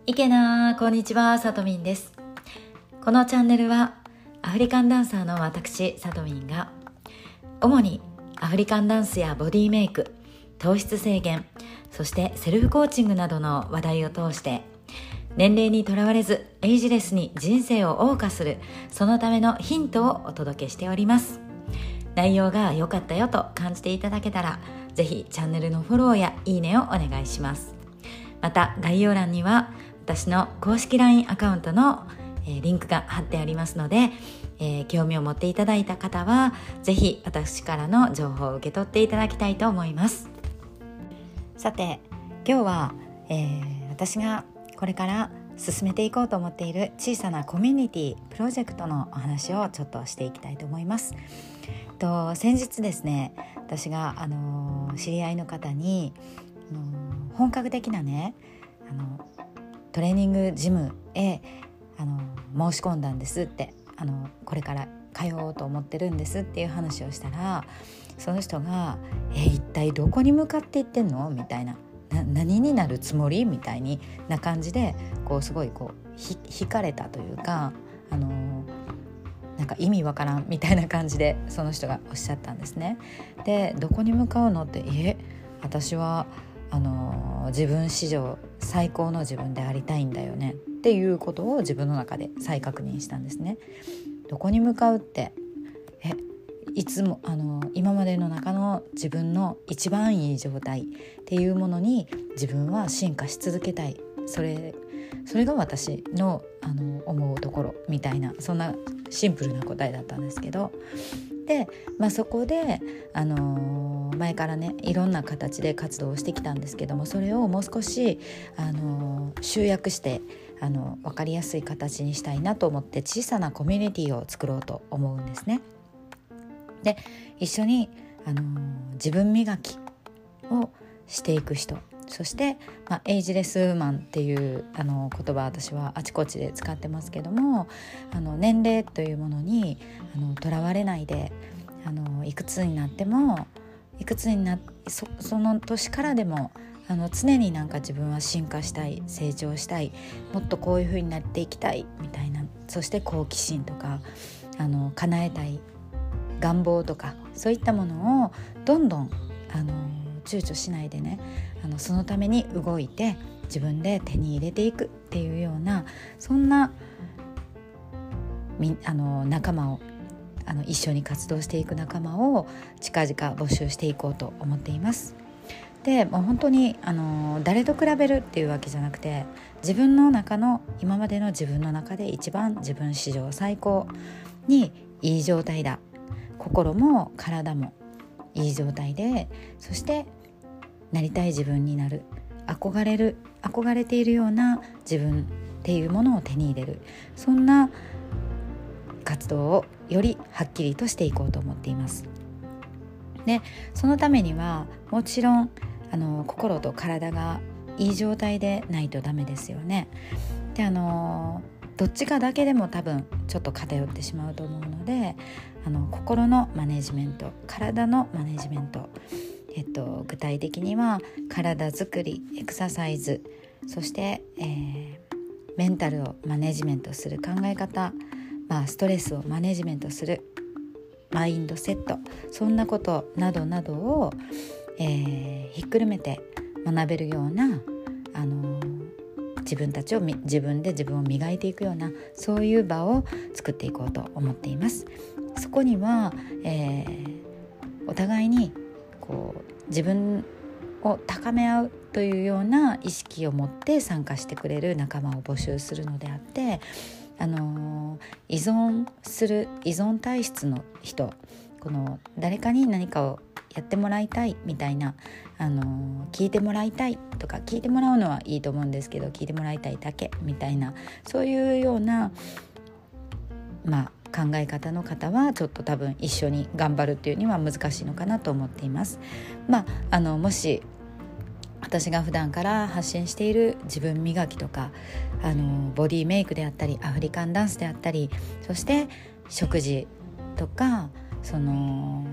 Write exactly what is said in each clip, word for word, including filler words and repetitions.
いけなー、こんにちは、さとみんです。このチャンネルはアフリカンダンサーの私さとみんが主にアフリカンダンスやボディメイク、糖質制限、そしてセルフコーチングなどの話題を通して年齢にとらわれずエイジレスに人生を謳歌する、そのためのヒントをお届けしております。内容が良かったよと感じていただけたら、ぜひチャンネルのフォローやいいねをお願いします。また概要欄には私の公式 ライン アカウントの、えー、リンクが貼ってありますので、えー、興味を持っていただいた方はぜひ私からの情報を受け取っていただきたいと思います。さて、今日は、えー、私がこれから進めていこうと思っている小さなコミュニティプロジェクトのお話をちょっとしていきたいと思います。と先日ですね、私が、あのー、知り合いの方に、あのー、本格的なね、あのトレーニングジムへあの申し込んだんですって、あのこれから通おうと思ってるんですっていう話をしたら、その人がえ一体どこに向かっていってんのみたいな、な何になるつもりみたいにな感じで、こうすごいこうひ惹かれたというか、あのなんか意味わからんみたいな感じでその人がおっしゃったんですね。で、どこに向かうのって、え私はあの自分史上最高の自分でありたいんだよねっていうことを自分の中で再確認したんですね。どこに向かうって、えいつもあの今までの中の自分の一番いい状態っていうものに自分は進化し続けたい、それそれが私の、あの思うところみたいな、そんなシンプルな答えだったんですけど、で、まあ、そこで、あのー、前からねいろんな形で活動をしてきたんですけども、それをもう少し、あのー、集約してあの分かりやすい形にしたいなと思って小さなコミュニティを作ろうと思うんですね。で、一緒に、あのー、自分磨きをしていく人、そして、まあ、エイジレスウーマンっていうあの言葉、私はあちこちで使ってますけども、あの年齢というものにあのとらわれないで、あのいくつになってもいくつにな そ, その年からでもあの常になんか自分は進化したい、成長したい、もっとこういう風になっていきたいみたいな、そして好奇心とかあの叶えたい願望とか、そういったものをどんどんあの躊躇しないでね、あのそのために動いて自分で手に入れていくっていうような、そんなみあの仲間をあの一緒に活動していく仲間を近々募集していこうと思っています。で、もう本当にあの誰と比べるっていうわけじゃなくて、自分の中の今までの自分の中で一番自分史上最高にいい状態だ、心も体もいい状態で、そしてなりたい自分になる、憧れる憧れているような自分っていうものを手に入れる、そんな活動をよりはっきりとしていこうと思っています。で、そのためにはもちろんあの心と体がいい状態でないとダメですよね。で、あのどっちかだけでも多分ちょっと偏ってしまうと思うので、あの心のマネジメント、体のマネジメント、えっと、具体的には体づくり、エクササイズ、そして、えー、メンタルをマネジメントする考え方、まあ、ストレスをマネジメントするマインドセット、そんなことなどなどを、えー、ひっくるめて学べるような、あのー、自分たちを自分で自分を磨いていくような、そういう場を作っていこうと思っています。そこには、えー、お互いにこう自分を高め合うというような意識を持って参加してくれる仲間を募集するのであって、あの依存する依存体質の人、この誰かに何かをやってもらいたいみたいな、あの聞いてもらいたいとか、聞いてもらうのはいいと思うんですけど、聞いてもらいたいだけみたいな、そういうような、まあ、考え方の方はちょっと多分一緒に頑張るっていうには難しいのかなと思っています。まあ、あのもし私が普段から発信している自分磨きとか、あのボディメイクであったり、アフリカンダンスであったり、そして食事とか、その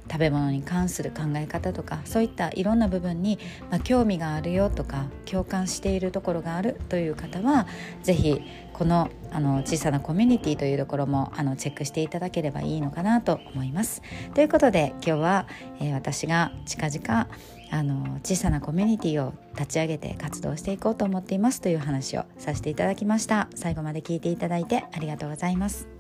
食べ物に関する考え方とか、そういったいろんな部分に、まあ、興味があるよとか共感しているところがあるという方は、ぜひこのあの小さなコミュニティというところもあのチェックしていただければいいのかなと思います。ということで今日は、えー、私が近々あの小さなコミュニティを立ち上げて活動していこうと思っていますという話をさせていただきました。最後まで聞いていただいてありがとうございます。